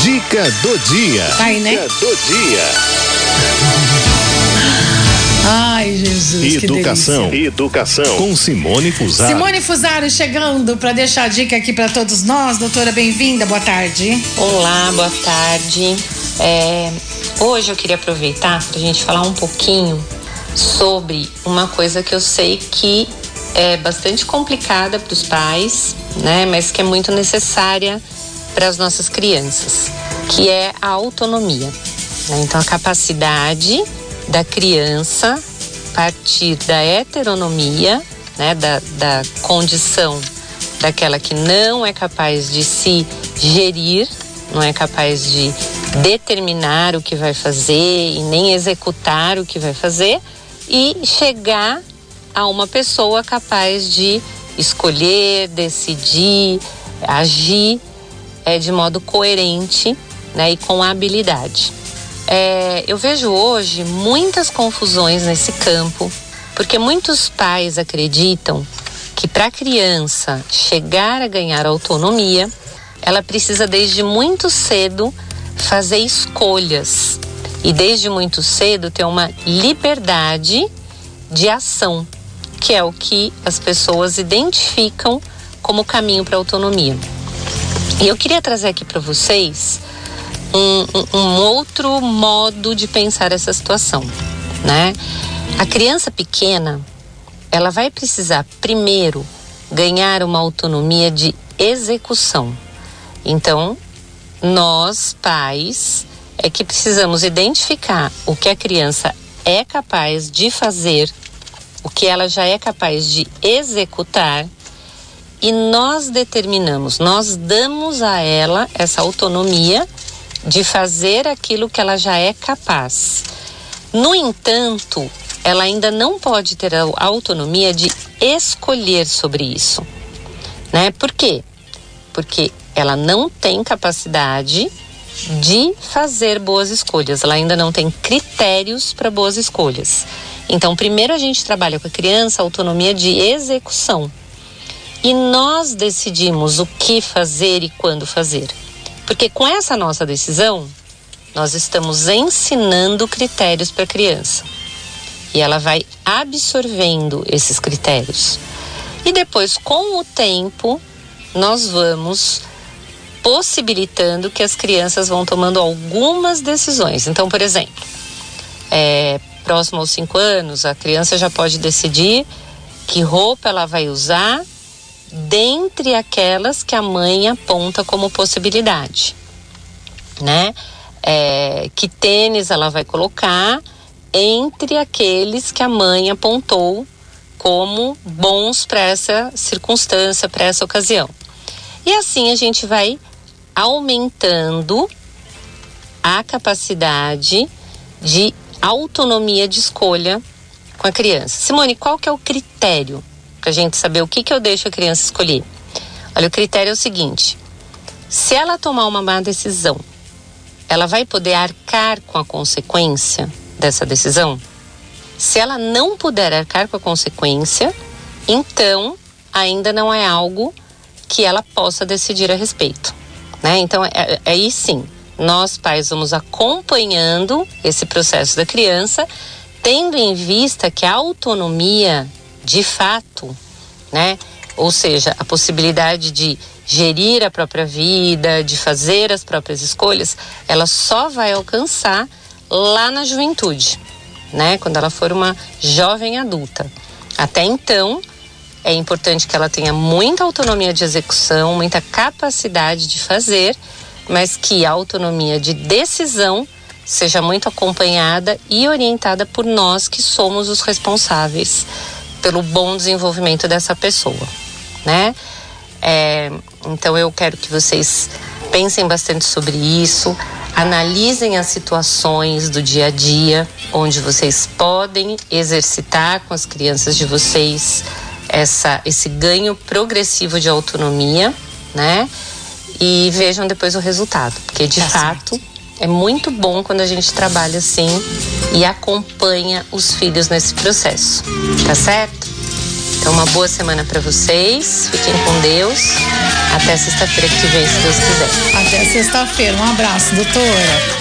Dica do dia. Tá aí, né? Dica do dia. Ai, Jesus, Educação. que delícia. Educação com Simone Fusaro. Simone Fusaro chegando para deixar a dica aqui para todos nós. Doutora, bem-vinda, boa tarde. Olá, boa tarde. Hoje eu queria aproveitar para a gente falar um pouquinho sobre uma coisa que eu sei que é bastante complicada para os pais, né? Mas que é muito necessária para as nossas crianças, que é a autonomia, né? Então, a capacidade da criança partir da heteronomia, né? Da condição daquela que não é capaz de se gerir, não é capaz de determinar o que vai fazer e nem executar o que vai fazer, e chegar a uma pessoa capaz de escolher, decidir, agir de modo coerente, né, e com habilidade. Eu vejo hoje muitas confusões nesse campo, porque muitos pais acreditam que para a criança chegar a ganhar autonomia, ela precisa desde muito cedo fazer escolhas e desde muito cedo ter uma liberdade de ação, que é o que as pessoas identificam como caminho para a autonomia. E eu queria trazer aqui para vocês um outro modo de pensar essa situação, né? A criança pequena, ela vai precisar primeiro ganhar uma autonomia de execução. Então, nós, pais, é que precisamos identificar o que a criança é capaz de fazer, o que ela já é capaz de executar, e nós determinamos, nós damos a ela essa autonomia de fazer aquilo que ela já é capaz. No entanto, ela ainda não pode ter a autonomia de escolher sobre isso, né? Por quê? Porque ela não tem capacidade de fazer boas escolhas, ela ainda não tem critérios para boas escolhas. Então, primeiro a gente trabalha com a criança a autonomia de execução. E nós decidimos o que fazer e quando fazer. Porque com essa nossa decisão, nós estamos ensinando critérios para a criança. E ela vai absorvendo esses critérios. E depois, com o tempo, nós vamos possibilitando que as crianças vão tomando algumas decisões. Então, por exemplo, próximo aos 5 anos, a criança já pode decidir que roupa ela vai usar dentre aquelas que a mãe aponta como possibilidade, né? Que tênis ela vai colocar entre aqueles que a mãe apontou como bons para essa circunstância, para essa ocasião. E assim a gente vai aumentando a capacidade de autonomia de escolha com a criança. Simone, qual que é o critério para a gente saber o que eu deixo a criança escolher? Olha, o critério é o seguinte: se ela tomar uma má decisão, ela vai poder arcar com a consequência dessa decisão? Se ela não puder arcar com a consequência, então ainda não é algo que ela possa decidir a respeito, né? Então, aí sim, nós pais vamos acompanhando esse processo da criança, tendo em vista que a autonomia, de fato, né? Ou seja, a possibilidade de gerir a própria vida, de fazer as próprias escolhas, ela só vai alcançar lá na juventude, né? Quando ela for uma jovem adulta. Até então, é importante que ela tenha muita autonomia de execução, muita capacidade de fazer, mas que a autonomia de decisão seja muito acompanhada e orientada por nós que somos os responsáveis pelo bom desenvolvimento dessa pessoa, né? Então eu quero que vocês pensem bastante sobre isso, analisem as situações do dia a dia onde vocês podem exercitar com as crianças de vocês esse ganho progressivo de autonomia, né? E vejam depois o resultado, porque de fato é muito bom quando a gente trabalha assim e acompanha os filhos nesse processo, tá certo? Então, uma boa semana para vocês. Fiquem com Deus. Até sexta-feira que vem, se Deus quiser. Até sexta-feira. Um abraço, doutora.